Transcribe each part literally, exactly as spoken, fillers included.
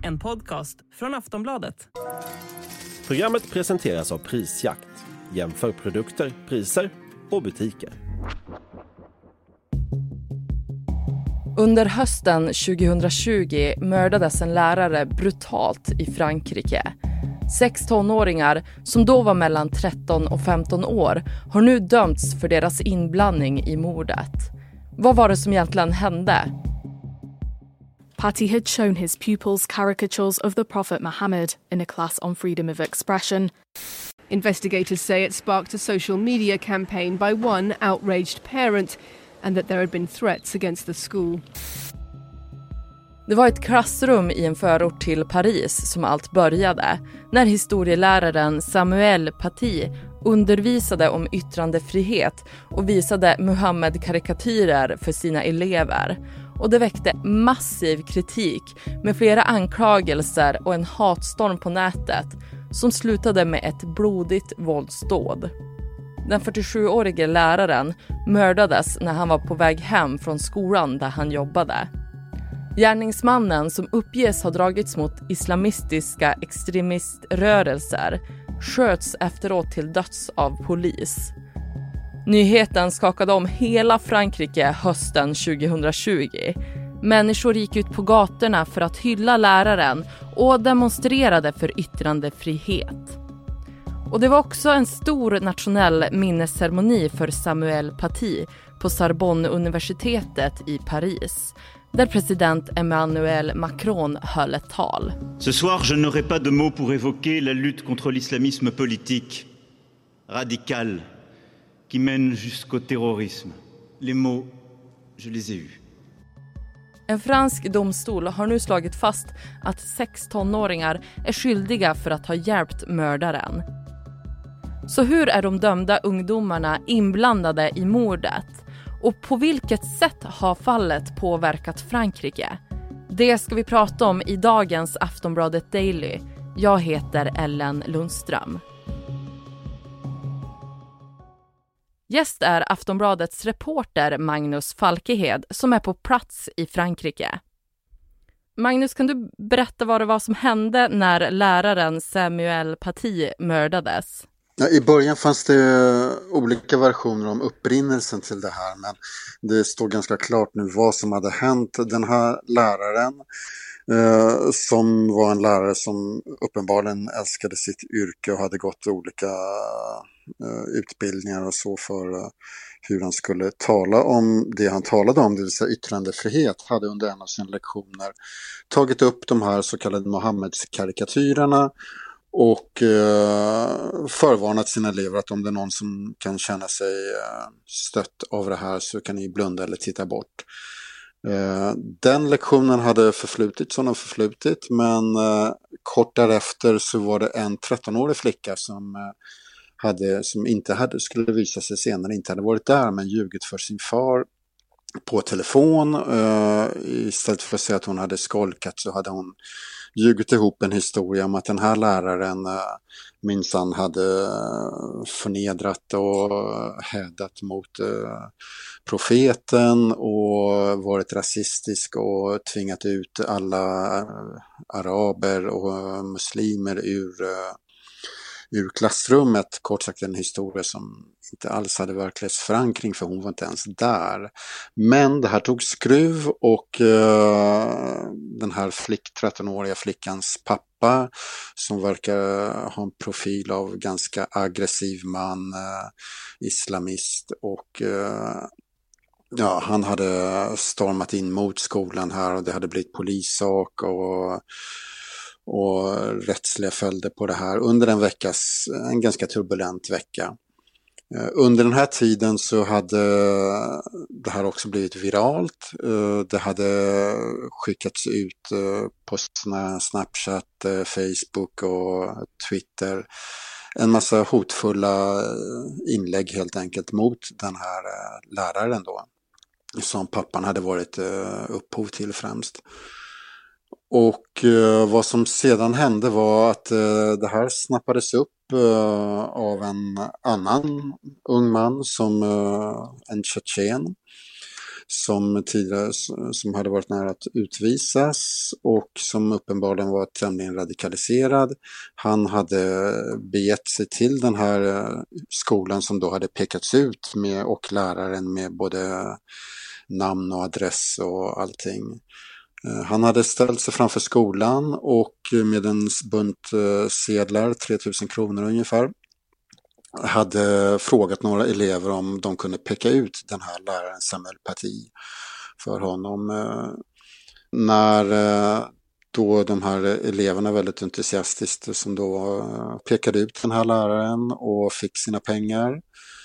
En podcast från Aftonbladet. Programmet presenteras av Prisjakt. Jämför produkter, priser och butiker. Under hösten tjugohundratjugo mördades en lärare brutalt i Frankrike. Sex tonåringar som då var mellan tretton och femton år har nu dömts för deras inblandning i mordet. Vad var det som egentligen hände? Paty had shown his pupils caricatures of the Prophet Muhammad in a class on freedom of expression. Investigators say it sparked a social media campaign by one outraged parent and that there had been threats against the school. Det var ett klassrum i en förort till Paris som allt började, när historieläraren Samuel Paty undervisade om yttrandefrihet och visade Muhammed-karikatyrer för sina elever. Och det väckte massiv kritik med flera anklagelser och en hatstorm på nätet som slutade med ett blodigt våldsdåd. Den fyrtiosjuårige läraren mördades när han var på väg hem från skolan där han jobbade. Gärningsmannen, som uppges ha dragits mot islamistiska extremiströrelser, sköts efteråt till döds av polis. Nyheten skakade om hela Frankrike hösten tjugohundratjugo. Människor gick ut på gatorna för att hylla läraren och demonstrerade för yttrandefrihet. Och det var också en stor nationell minnesceremoni för Samuel Paty på Sorbonne-universitetet i Paris, där president Emmanuel Macron höll ett tal. Ce soir, je n'aurai pas de mots pour évoquer la lutte contre l'islamisme politique, radical, qui mène jusqu'au terrorisme. Les mots, je les ai eus. En fransk domstol har nu slagit fast att sex tonåringar är skyldiga för att ha hjälpt mördaren. Så hur är de dömda ungdomarna inblandade i mordet? Och på vilket sätt har fallet påverkat Frankrike? Det ska vi prata om i dagens Aftonbladet Daily. Jag heter Ellen Lundström. Gäst är Aftonbladets reporter Magnus Falkehed som är på plats i Frankrike. Magnus, kan du berätta vad det var som hände när läraren Samuel Paty mördades? Ja, i början fanns det olika versioner om upprinnelsen till det här, men det står ganska klart nu vad som hade hänt. Den här läraren eh, som var en lärare som uppenbarligen älskade sitt yrke och hade gått olika eh, utbildningar och så för eh, hur han skulle tala om det han talade om, det vill säga yttrandefrihet, hade under en av sina lektioner tagit upp de här så kallade Muhammed-karikatyrerna och eh, förvarnat sina elever att om det är någon som kan känna sig eh, stött av det här så kan ni blunda eller titta bort. Eh, den lektionen hade förflutit som den förflutit, men eh, kort därefter så var det en trettonårig flicka som, eh, hade, som inte hade, skulle visa sig senare, inte hade varit där men ljugit för sin far på telefon. Eh, istället för att säga att hon hade skolkat så hade hon ljugit ihop en historia om att den här läraren äh, minsann hade äh, förnedrat och hädat mot äh, profeten och varit rasistisk och tvingat ut alla äh, araber och äh, muslimer ur, äh, ur klassrummet. Kort sagt en historia som inte alls hade verklighetsförankring, för hon var inte ens där. Men det här tog skruv och uh, den här flick, trettonåriga flickans pappa, som verkar ha en profil av ganska aggressiv man, uh, islamist, och uh, ja, han hade stormat in mot skolan här och det hade blivit polissak och och rättsliga följder på det här under en veckas, en ganska turbulent vecka. Under den här tiden så hade det här också blivit viralt. Det hade skickats ut på Snapchat, Facebook och Twitter. En massa hotfulla inlägg helt enkelt mot den här läraren då, som pappan hade varit upphov till främst. Och eh, vad som sedan hände var att eh, det här snappades upp eh, av en annan ung man, som eh, en tjetjen, som tidigare som hade varit nära att utvisas och som uppenbarligen var tämligen radikaliserad. Han hade begett sig till den här skolan som då hade pekats ut med, och läraren med både namn och adress och allting. Han hade ställt sig framför skolan och med en bunt sedlar, tre tusen kronor ungefär, hade frågat några elever om de kunde peka ut den här läraren Samuel Paty för honom. När då de här eleverna väldigt entusiastiskt som då pekade ut den här läraren och fick sina pengar,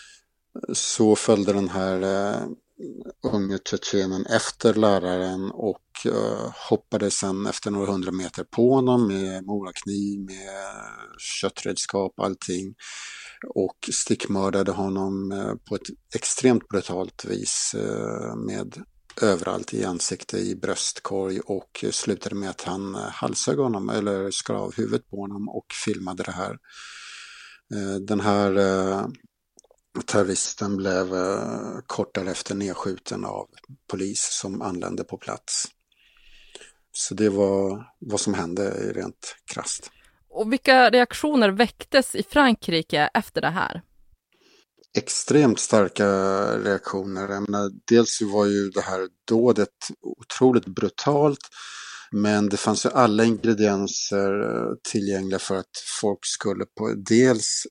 så följde den här unge tjetjenen efter läraren och uh, hoppade sen efter några hundra meter på honom med morakniv, med köttredskap, allting, och stickmördade honom uh, på ett extremt brutalt vis uh, med överallt i ansikte, i bröstkorg, och uh, slutade med att han uh, halshögg honom eller skar av huvudet på honom och filmade det här. Uh, den här uh, terroristen blev eh, kort därefter nedskjuten av polis som anlände på plats. Så det var vad som hände rent krasst. Och vilka reaktioner väcktes i Frankrike efter det här? Extremt starka reaktioner. Jag menar, dels var ju det här dådet otroligt brutalt, men det fanns ju alla ingredienser tillgängliga för att folk skulle på dels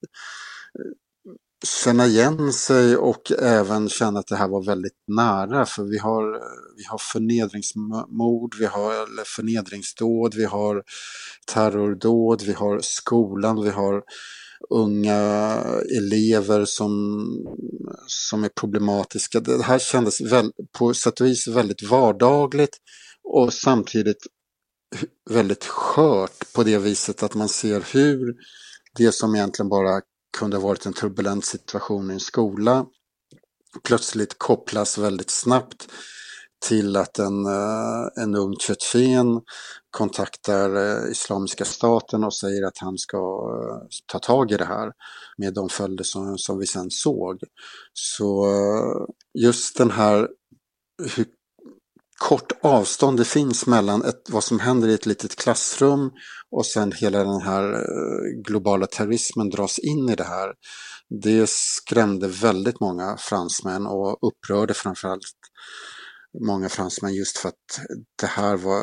känna igen sig och även känna att det här var väldigt nära, för vi har, vi har förnedringsmord, vi har eller förnedringsdåd, vi har terrordåd, vi har skolan, vi har unga elever som, som är problematiska. Det här kändes väl, på sätt och vis väldigt vardagligt och samtidigt väldigt skört på det viset att man ser hur det som egentligen bara kunde ha varit en turbulent situation i en skola plötsligt kopplas väldigt snabbt till att en, en ung tjetjen kontaktar Islamiska staten och säger att han ska ta tag i det här med de följder som, som vi sen såg. Så just den här hur kort avstånd det finns mellan ett, vad som händer i ett litet klassrum och sen hela den här globala terrorismen dras in i det här. Det skrämde väldigt många fransmän och upprörde framförallt många fransmän just för att det här var,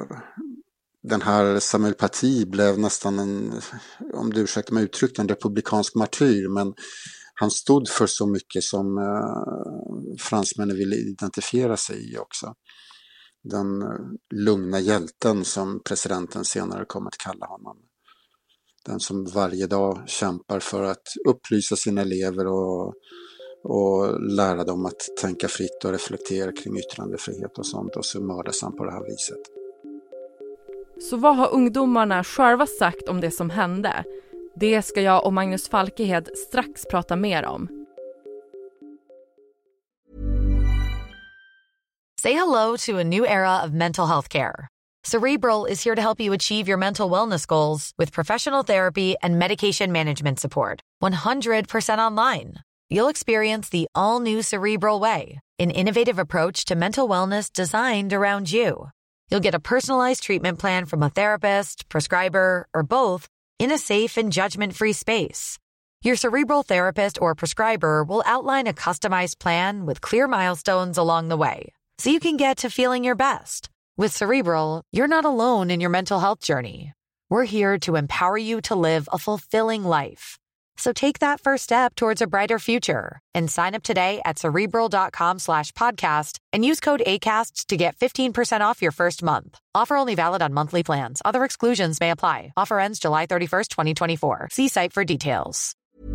den här Samuel Paty blev nästan en, om du ursäktar mig uttryckt, en republikansk martyr, men han stod för så mycket som eh, fransmännen ville identifiera sig i också. Den eh, lugna hjälten som presidenten senare kommer att kalla honom. Den som varje dag kämpar för att upplysa sina elever och, och lära dem att tänka fritt och reflektera kring yttrandefrihet och sånt, och så mördas han på det här viset. Så vad har ungdomarna själva sagt om det som hände? Det ska jag och Magnus Falkehed strax prata mer om. Say hello to a new era of mental health care. Cerebral is here to help you achieve your mental wellness goals with professional therapy and medication management support. one hundred percent online. You'll experience the all-new Cerebral Way, an innovative approach to mental wellness designed around you. You'll get a personalized treatment plan from a therapist, prescriber, or both in a safe and judgment-free space. Your Cerebral therapist or prescriber will outline a customized plan with clear milestones along the way, so you can get to feeling your best. With Cerebral, you're not alone in your mental health journey. We're here to empower you to live a fulfilling life. So take that first step towards a brighter future and sign up today at Cerebral.com slash podcast and use code ACAST to get fifteen percent off your first month. Offer only valid on monthly plans. Other exclusions may apply. Offer ends July thirty-first, twenty twenty-four. See site for details.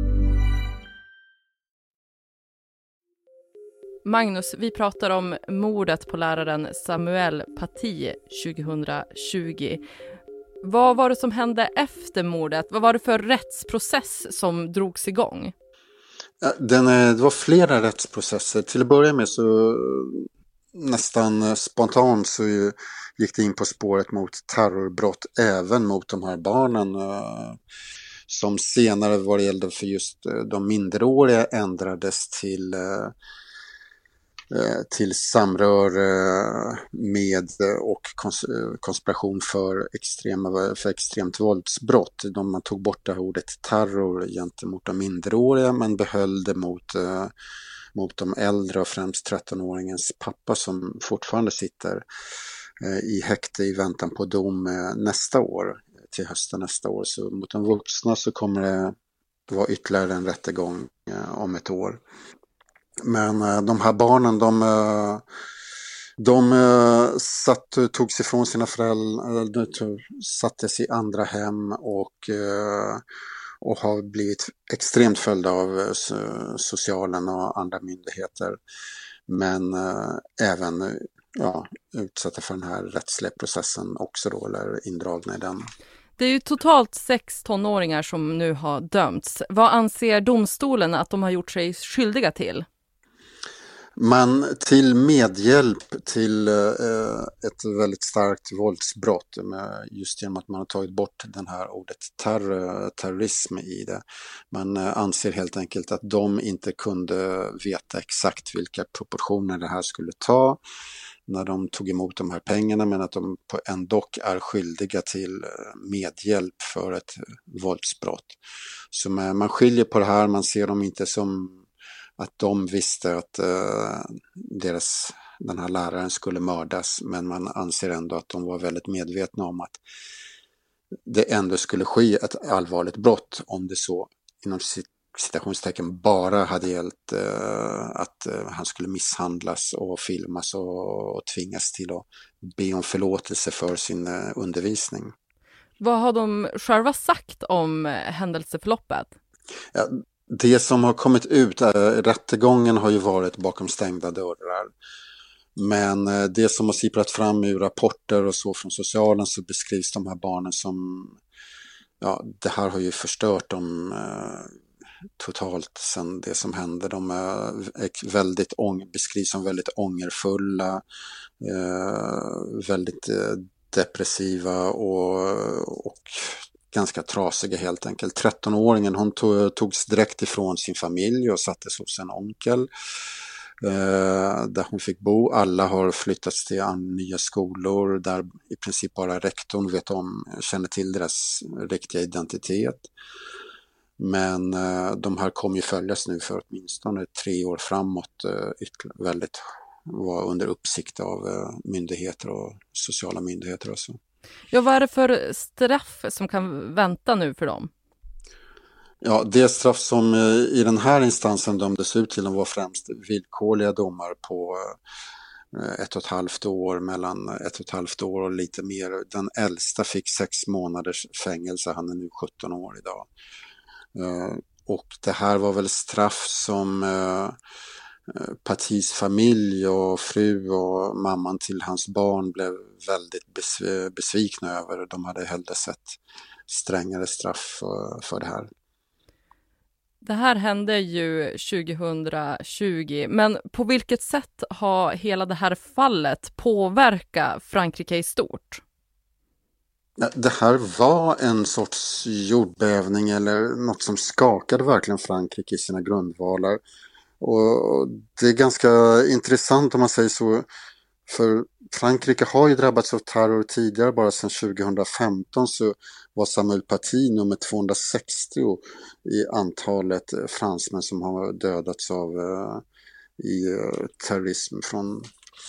Magnus, vi pratar om mordet på läraren Samuel Paty tjugohundratjugo. Vad var det som hände efter mordet? Vad var det för rättsprocess som drogs igång? Den, det var flera rättsprocesser. Till att börja med så nästan spontant så gick det in på spåret mot terrorbrott även mot de här barnen som senare vad det gällde för just de minderåriga ändrades till till samröre med och konspiration för, extrema, för extremt våldsbrott. De tog bort det här ordet terror gentemot de minderåriga men behöll det mot, mot de äldre och främst trettonåringens pappa som fortfarande sitter i häkte i väntan på dom nästa år, till hösten nästa år. Så mot de vuxna så kommer det vara ytterligare en rättegång om ett år. Men de här barnen, de, de satt, tog sig från sina föräldrar, sattes i andra hem och, och har blivit extremt följda av socialen och andra myndigheter. Men även ja, utsatta för den här rättsliga processen också då, eller indragna i den. Det är ju totalt sex tonåringar som nu har dömts. Vad anser domstolen att de har gjort sig skyldiga till? Man till medhjälp till eh, ett väldigt starkt våldsbrott med, just genom att man har tagit bort den här ordet terror, terrorism i det. Man eh, anser helt enkelt att de inte kunde veta exakt vilka proportioner det här skulle ta när de tog emot de här pengarna, men att de ändå är skyldiga till medhjälp för ett våldsbrott. Så man skiljer på det här, man ser dem inte som att de visste att uh, deras, den här läraren skulle mördas, men man anser ändå att de var väldigt medvetna om att det ändå skulle ske ett allvarligt brott om det så inom citationstecken bara hade gällt uh, att uh, han skulle misshandlas och filmas och, och tvingas till att be om förlåtelse för sin uh, undervisning. Vad har de själva sagt om händelseförloppet? Ja, det som har kommit ut, äh, rättegången har ju varit bakom stängda dörrar. Men äh, det som har sipprat fram ur rapporter och så från socialen, så beskrivs de här barnen som, ja, det här har ju förstört dem äh, totalt sen det som hände. De är väldigt ång- beskrivs som väldigt ångerfulla, äh, väldigt äh, depressiva och, och ganska trasiga helt enkelt. trettonåringen, hon tog, togs direkt ifrån sin familj och sattes hos en onkel eh, där hon fick bo. Alla har flyttats till nya skolor där i princip bara rektorn vet om, känner till deras riktiga identitet. Men eh, de här kommer ju följas nu för åtminstone tre år framåt, eh, väldigt var under uppsikt av eh, myndigheter och sociala myndigheter och så. Ja, vad är det för straff som kan vänta nu för dem? Ja, det straff som i den här instansen dömdes ut till var främst villkorliga domar på ett och ett halvt år, mellan ett och ett halvt år och lite mer. Den äldsta fick sex månaders fängelse, han är nu sjutton år idag. Och det här var väl straff som Patys familj och fru och mamman till hans barn blev väldigt besv- besvikna över. De hade hellre sett strängare straff för, för det här. Det här hände ju tjugohundratjugo, men på vilket sätt har hela det här fallet påverkat Frankrike i stort? Det här var en sorts jordbävning eller något som skakade verkligen Frankrike i sina grundvalar. Och det är ganska intressant om man säger så, för Frankrike har ju drabbats av terror tidigare. Bara sedan tjugohundrafemton så var Samuel Paty nummer tvåhundrasextio i antalet fransmän som har dödats av uh, i uh, terrorism från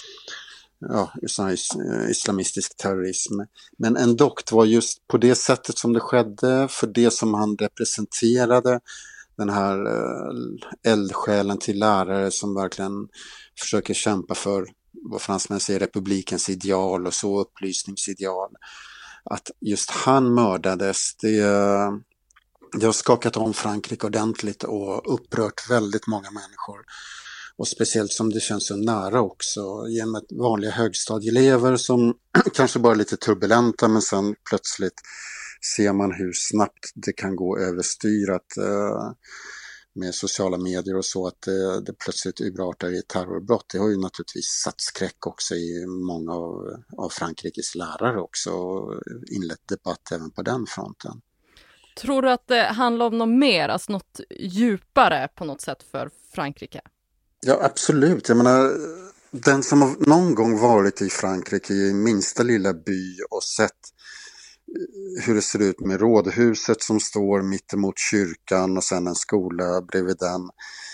ja, islamistisk terrorism. Men ändå, det var just på det sättet som det skedde, för det som han representerade, den här eldsjälen till lärare som verkligen försöker kämpa för vad fransmän säger republikens ideal och så upplysningsideal. Att just han mördades, det, det har skakat om Frankrike ordentligt och upprört väldigt många människor. Och speciellt som det känns så nära också, genom att vanliga högstadieelever som kanske bara är lite turbulenta, men sen plötsligt ser man hur snabbt det kan gå överstyrat eh, med sociala medier och så, att det, det plötsligt urartar i terrorbrott. Det har ju naturligtvis satt skräck också i många av, av Frankrikes lärare också, och inlett debatt även på den fronten. Tror du att det handlar om något mer, alltså något djupare på något sätt för Frankrike? Ja, absolut. Jag menar, den som har någon gång varit i Frankrike i minsta lilla by och sett hur det ser ut med rådhuset som står mitt emot kyrkan och sen en skola bredvid den,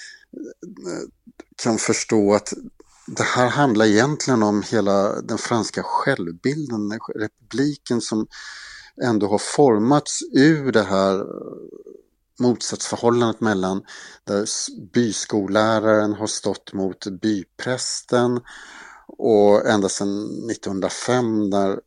kan förstå att det här handlar egentligen om hela den franska självbilden, republiken som ändå har formats ur det här motsatsförhållandet mellan där byskolläraren har stått mot byprästen, och ända sedan nittonhundrafem när,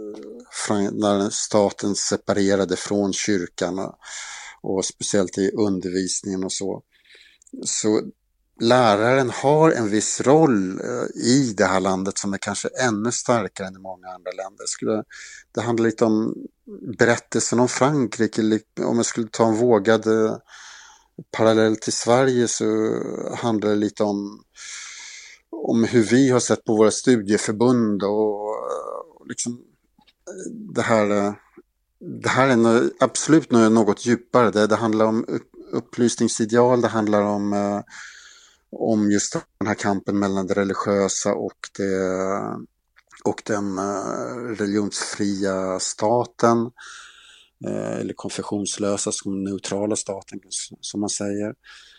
när staten separerade från kyrkan och, och speciellt i undervisningen och så. Så läraren har en viss roll i det här landet som är kanske ännu starkare än i många andra länder. Skulle, det handlar lite om berättelsen om Frankrike. Om jag skulle ta en vågad parallell till Sverige så handlar det lite om, om hur vi har sett på våra studieförbund och, och liksom det här, det här är absolut något djupare. Det, det handlar om upplysningsideal, det handlar om om just den här kampen mellan det religiösa och, det, och den religionsfria staten, eller konfessionslösa som neutrala staten som man säger.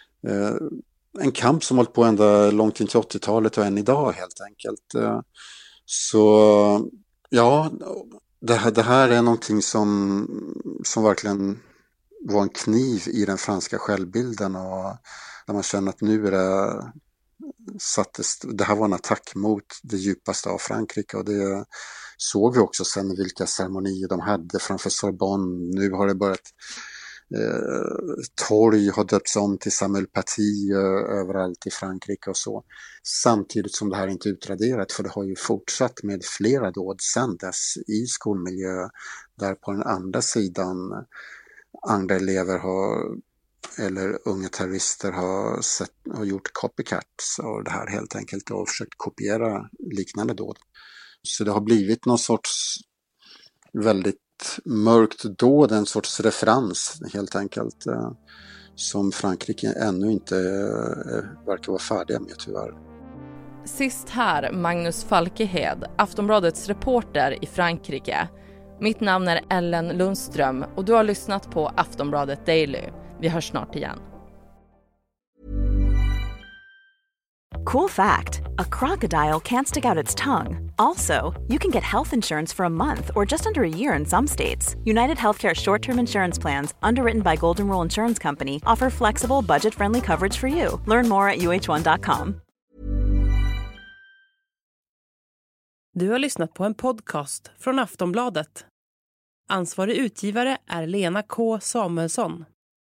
En kamp som hållit på ända långt in till åttiotalet och än idag helt enkelt. Så ja, det här, det här är någonting som, som verkligen var en kniv i den franska självbilden, och där man känner att nu är det sattes, det här var en attack mot det djupaste av Frankrike, och det såg vi också sen vilka ceremonier de hade framför Sorbonne. Nu har det börjat eh, torg har döpts om till Samuel Paty eh, överallt i Frankrike och så. Samtidigt som det här inte är utraderat, för det har ju fortsatt med flera dåd sedan dess i skolmiljö, där på den andra sidan andra elever har, eller unga terrorister har, sett, har gjort copycats av det här helt enkelt och försökt kopiera liknande dåd. Så det har blivit någon sorts väldigt mörkt dåd, en sorts referens helt enkelt, eh, som Frankrike ännu inte eh, verkar vara färdiga med tyvärr. Sist här Magnus Falkehed, Aftonbladets reporter i Frankrike. Mitt namn är Ellen Lundström och du har lyssnat på Aftonbladet Daily. Vi hörs snart igen. Cool fact, a crocodile can't stick out its tongue. Also, you can get health insurance for a month or just under a year in some states. United Healthcare short-term insurance plans, underwritten by Golden Rule Insurance Company, offer flexible, budget-friendly coverage for you. Learn more at U H one dot com. Du har lyssnat på en podcast från Aftonbladet. Ansvarig utgivare är Lena K. Samuelsson.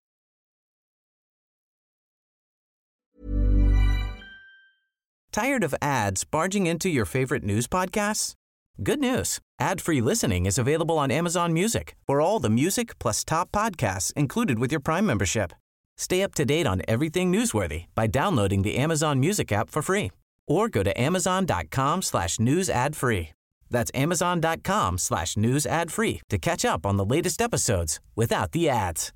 Tired of ads barging into your favorite news podcasts? Good news. Ad-free listening is available on Amazon Music for all the music plus top podcasts included with your Prime membership. Stay up to date on everything newsworthy by downloading the Amazon Music app for free or go to amazon.com slash news ad free. That's amazon.com slash news ad free to catch up on the latest episodes without the ads.